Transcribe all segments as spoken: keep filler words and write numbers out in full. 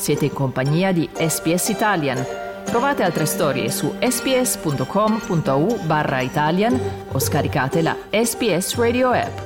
Siete in compagnia di S B S Italian. Trovate altre storie su sbs.com.au barra Italian o scaricate la S B S Radio app.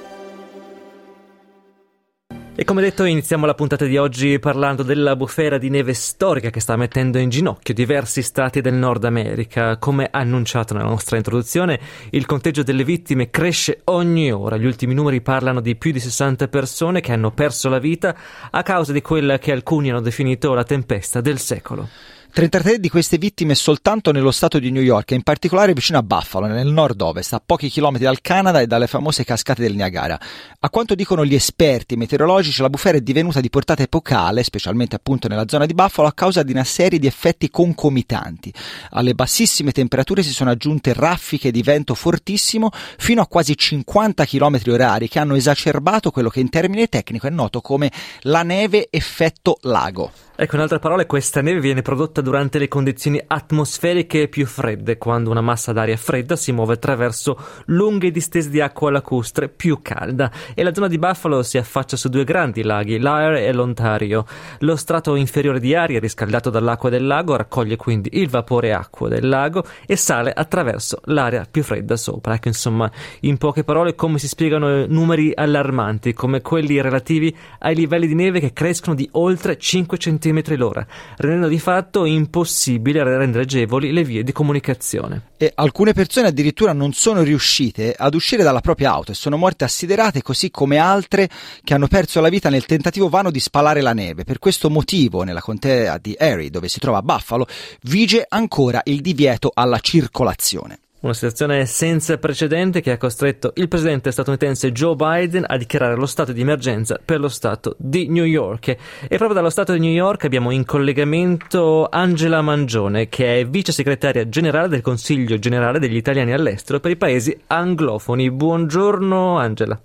E come detto, iniziamo la puntata di oggi parlando della bufera di neve storica che sta mettendo in ginocchio diversi stati del Nord America. Come annunciato nella nostra introduzione, il conteggio delle vittime cresce ogni ora. Gli ultimi numeri parlano di più di sessanta persone che hanno perso la vita a causa di quella che alcuni hanno definito la tempesta del secolo. trentatré di queste vittime soltanto nello stato di New York e in particolare vicino a Buffalo, nel nord-ovest, a pochi chilometri dal Canada e dalle famose cascate del Niagara. A quanto dicono gli esperti meteorologici, la bufera è divenuta di portata epocale, specialmente appunto nella zona di Buffalo, a causa di una serie di effetti concomitanti. Alle bassissime temperature si sono aggiunte raffiche di vento fortissimo fino a quasi cinquanta chilometri orari che hanno esacerbato quello che in termine tecnico è noto come la neve effetto lago. Ecco, in altre parole, questa neve viene prodotta durante le condizioni atmosferiche più fredde, quando una massa d'aria fredda si muove attraverso lunghe distese di acqua lacustre più calda, e la zona di Buffalo si affaccia su due grandi laghi, l'Ayr e l'Ontario. Lo strato inferiore di aria, riscaldato dall'acqua del lago, raccoglie quindi il vapore acqua del lago e sale attraverso l'aria più fredda sopra. Ecco, insomma, in poche parole, come si spiegano numeri allarmanti, come quelli relativi ai livelli di neve che crescono di oltre cinque centimetri l'ora, rendendo di fatto impossibile rendere agevoli le vie di comunicazione. E alcune persone addirittura non sono riuscite ad uscire dalla propria auto e sono morte assiderate, così come altre che hanno perso la vita nel tentativo vano di spalare la neve. Per questo motivo nella contea di Erie, dove si trova Buffalo, vige ancora il divieto alla circolazione. Una situazione senza precedente che ha costretto il presidente statunitense Joe Biden a dichiarare lo stato di emergenza per lo stato di New York. E proprio dallo stato di New York abbiamo in collegamento Angela Mangione, che è vice segretaria generale del Consiglio generale degli italiani all'estero per i paesi anglofoni. Buongiorno Angela.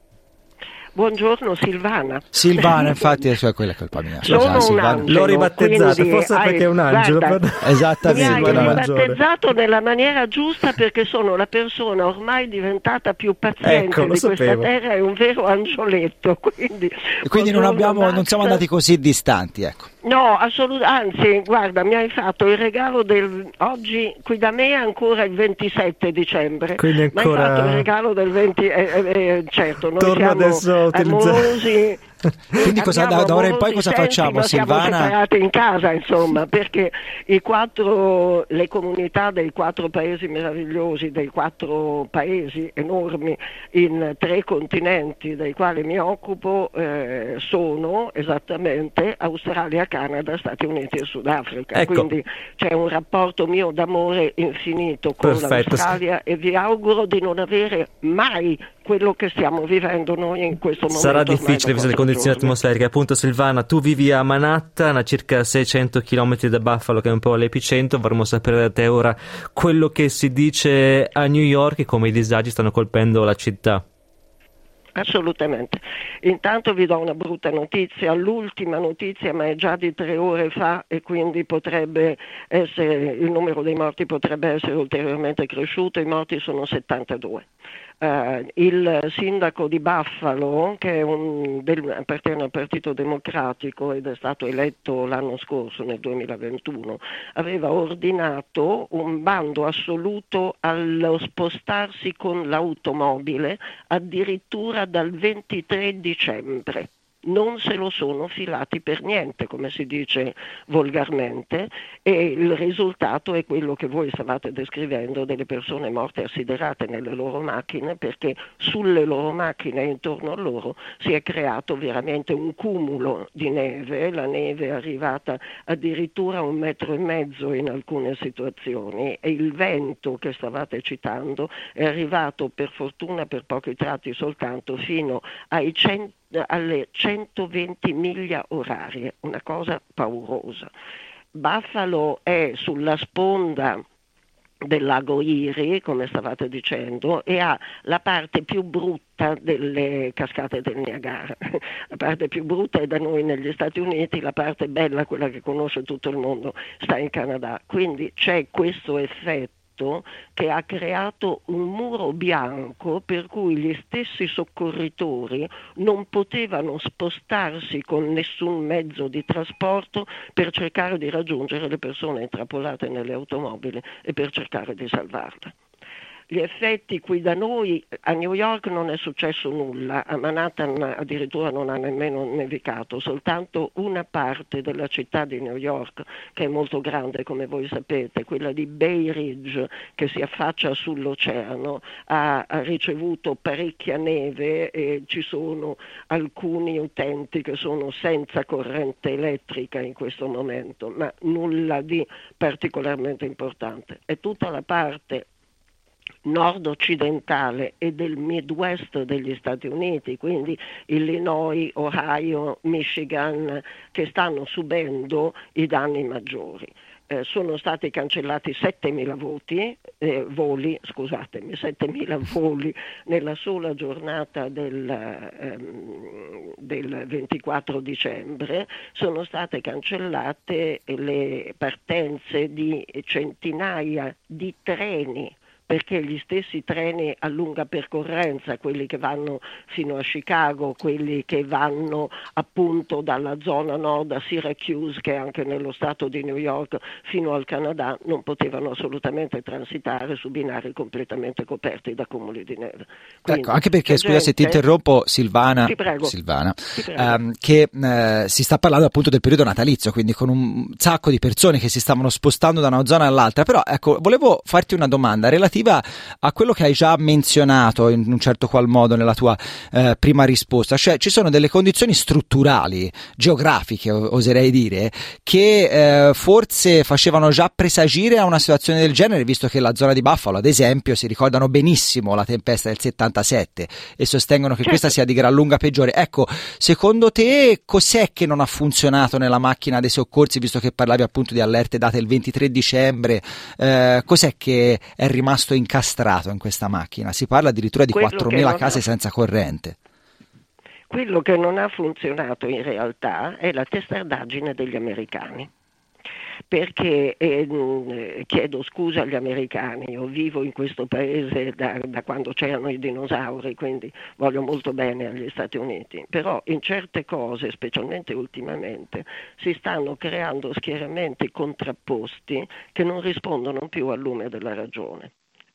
Buongiorno Silvana. Silvana, infatti è quella colpa mia. Sono Scusa, un Silvana. angelo, L'ho ribattezzato, quindi forse hai, perché è un angelo. guarda, Esattamente. mi hai Mangione. ribattezzato nella maniera giusta perché sono la persona ormai diventata più paziente Ecco, lo di questa sapevo. terra, è un vero angioletto. Quindi, E quindi non, abbiamo, Max. non siamo andati così distanti, ecco. No, assolutamente, anzi, guarda, mi hai fatto il regalo del oggi, qui da me è ancora il ventisette dicembre. Quindi Mi hai ancora fatto il regalo del venti, eh, eh, certo, noi Torno siamo adesso a utilizzare- amorosi. Quindi cosa, da, da ora in poi cosa Abbiamo facciamo, amorosi senti, ma Silvana? Siamo separati in casa, insomma, perché i quattro, le comunità dei quattro paesi meravigliosi, dei quattro paesi enormi in tre continenti dei quali mi occupo, eh, sono esattamente Australia, Canada, Stati Uniti e Sudafrica. Ecco. Quindi c'è un rapporto mio d'amore infinito con Perfetto. l'Australia e vi auguro di non avere mai quello che stiamo vivendo noi in questo momento. Sarà ormai difficile da viste le quattro condizioni giorni. atmosferiche. Appunto, Silvana, tu vivi a Manhattan, a circa seicento chilometri da Buffalo, che è un po' l'epicentro. Vorremmo sapere da te ora quello che si dice a New York e come i disagi stanno colpendo la città. Assolutamente. Intanto vi do una brutta notizia, l'ultima notizia, ma è già di tre ore fa e quindi potrebbe essere, il numero dei morti potrebbe essere ulteriormente cresciuto, i morti sono settantadue. Uh, il sindaco di Buffalo, che è un, del, appartiene al Partito Democratico ed è stato eletto l'anno scorso, nel duemilaventuno, aveva ordinato un bando assoluto allo spostarsi con l'automobile addirittura dal ventitré dicembre. Non se lo sono filati per niente, come si dice volgarmente, e il risultato è quello che voi stavate descrivendo, delle persone morte assiderate nelle loro macchine, perché sulle loro macchine e intorno a loro si è creato veramente un cumulo di neve. La neve è arrivata addirittura a un metro e mezzo in alcune situazioni e il vento che stavate citando è arrivato, per fortuna per pochi tratti soltanto, fino ai cento alle centoventi miglia orarie, una cosa paurosa. Buffalo è sulla sponda del lago Erie, come stavate dicendo, e ha la parte più brutta delle cascate del Niagara. La parte più brutta è da noi negli Stati Uniti, la parte bella, quella che conosce tutto il mondo, sta in Canada. Quindi c'è questo effetto fatto che ha creato un muro bianco per cui gli stessi soccorritori non potevano spostarsi con nessun mezzo di trasporto per cercare di raggiungere le persone intrappolate nelle automobili e per cercare di salvarle. Gli effetti qui da noi, a New York non è successo nulla, a Manhattan addirittura non ha nemmeno nevicato, soltanto una parte della città di New York, che è molto grande come voi sapete, quella di Bay Ridge, che si affaccia sull'oceano, ha, ha ricevuto parecchia neve e ci sono alcuni utenti che sono senza corrente elettrica in questo momento, ma nulla di particolarmente importante. È tutta la parte nord-occidentale e del Midwest degli Stati Uniti, quindi Illinois, Ohio, Michigan, che stanno subendo i danni maggiori. Eh, sono stati cancellati settemila voti, eh, voli, scusatemi, settemila voli nella sola giornata del, ehm, del ventiquattro dicembre, sono state cancellate le partenze di centinaia di treni, perché gli stessi treni a lunga percorrenza, quelli che vanno fino a Chicago, quelli che vanno appunto dalla zona nord a Syracuse, che è anche nello stato di New York, fino al Canada, non potevano assolutamente transitare su binari completamente coperti da cumuli di neve. Quindi, ecco, anche perché, scusa gente... se ti interrompo, Silvana, ti prego. Silvana ti prego. Ehm, che eh, si sta parlando appunto del periodo natalizio, quindi con un sacco di persone che si stavano spostando da una zona all'altra, però ecco, volevo farti una domanda relativa a quello che hai già menzionato in un certo qual modo nella tua eh, prima risposta, cioè ci sono delle condizioni strutturali, geografiche oserei dire, che eh, forse facevano già presagire a una situazione del genere, visto che la zona di Buffalo ad esempio si ricordano benissimo la tempesta del settantasette e sostengono che certo. questa sia di gran lunga peggiore. Ecco, secondo te cos'è che non ha funzionato nella macchina dei soccorsi, visto che parlavi appunto di allerte date il ventitré dicembre, eh, cos'è che è rimasto incastrato in questa macchina? Si parla addirittura di Quello quattromila case ha... senza corrente. Quello che non ha funzionato in realtà è la testardaggine degli americani, perché eh, chiedo scusa agli americani, io vivo in questo paese da, da quando c'erano i dinosauri, quindi voglio molto bene agli Stati Uniti, però in certe cose, specialmente ultimamente, si stanno creando schieramenti contrapposti che non rispondono più al lume della ragione.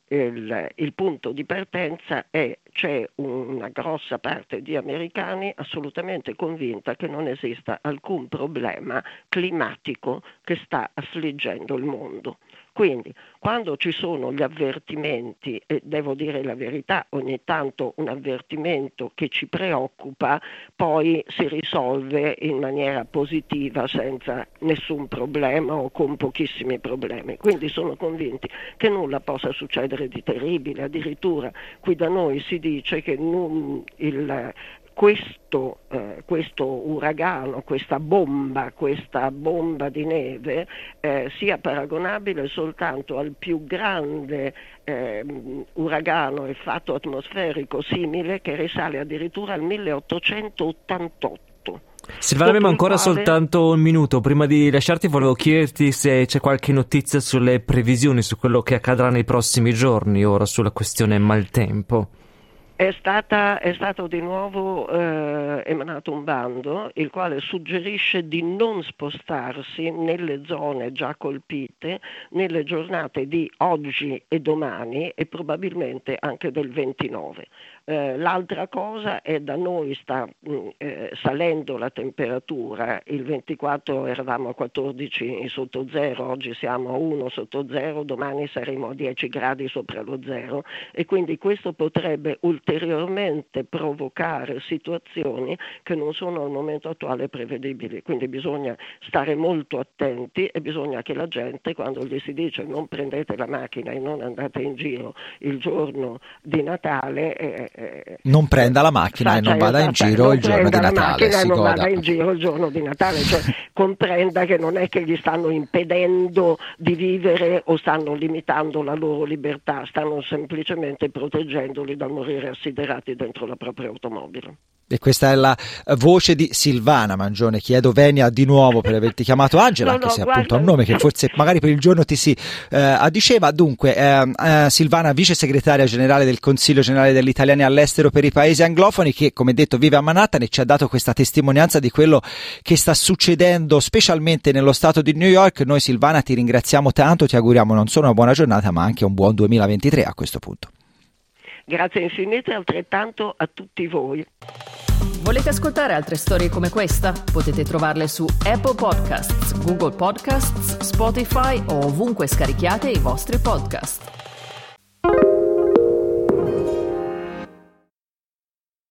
Il, il punto di partenza è c'è una grossa parte di americani assolutamente convinta che non esista alcun problema climatico che sta affliggendo il mondo. Quindi quando ci sono gli avvertimenti, e devo dire la verità, ogni tanto un avvertimento che ci preoccupa poi si risolve in maniera positiva senza nessun problema o con pochissimi problemi. Quindi sono convinti che nulla possa succedere di terribile, addirittura qui da noi si dice che non, il Questo, eh, questo uragano, questa bomba, questa bomba di neve eh, sia paragonabile soltanto al più grande eh, uragano e fatto atmosferico simile che risale addirittura al milleottocentottantotto. Silvana, abbiamo ancora quale... soltanto un minuto. Prima di lasciarti volevo chiederti se c'è qualche notizia sulle previsioni, su quello che accadrà nei prossimi giorni, ora sulla questione maltempo. È, stata, è stato di nuovo eh, emanato un bando il quale suggerisce di non spostarsi nelle zone già colpite nelle giornate di oggi e domani e probabilmente anche del ventinove. Eh, l'altra cosa è da noi sta mh, eh, salendo la temperatura, il ventiquattro eravamo a quattordici sotto zero, oggi siamo a uno sotto zero, domani saremo a dieci gradi sopra lo zero e quindi questo potrebbe ulteriormente provocare situazioni che non sono al momento attuale prevedibili, quindi bisogna stare molto attenti e bisogna che la gente, quando gli si dice non prendete la macchina e non andate in giro il giorno di Natale, eh, non prenda la macchina e non vada in giro il giorno di Natale, si non vada in giro il giorno di Natale, cioè comprenda che non è che gli stanno impedendo di vivere o stanno limitando la loro libertà, stanno semplicemente proteggendoli dal morire assiderati dentro la propria automobile. E questa è la voce di Silvana Mangione. Chiedo venia di nuovo per averti chiamato Angela, no, anche no, se guarda... appunto ha un nome che forse magari per il giorno ti si eh, addiceva. Dunque, eh, eh, Silvana, vice segretaria generale del Consiglio Generale degli Italiani all'estero per i paesi anglofoni, che come detto vive a Manhattan e ci ha dato questa testimonianza di quello che sta succedendo specialmente nello stato di New York. Noi, Silvana, ti ringraziamo tanto, ti auguriamo non solo una buona giornata ma anche un buon duemilaventitré a questo punto. Grazie infinite, altrettanto a tutti voi. Volete ascoltare altre storie come questa? Potete trovarle su Apple Podcasts, Google Podcasts, Spotify o ovunque scarichiate i vostri podcast.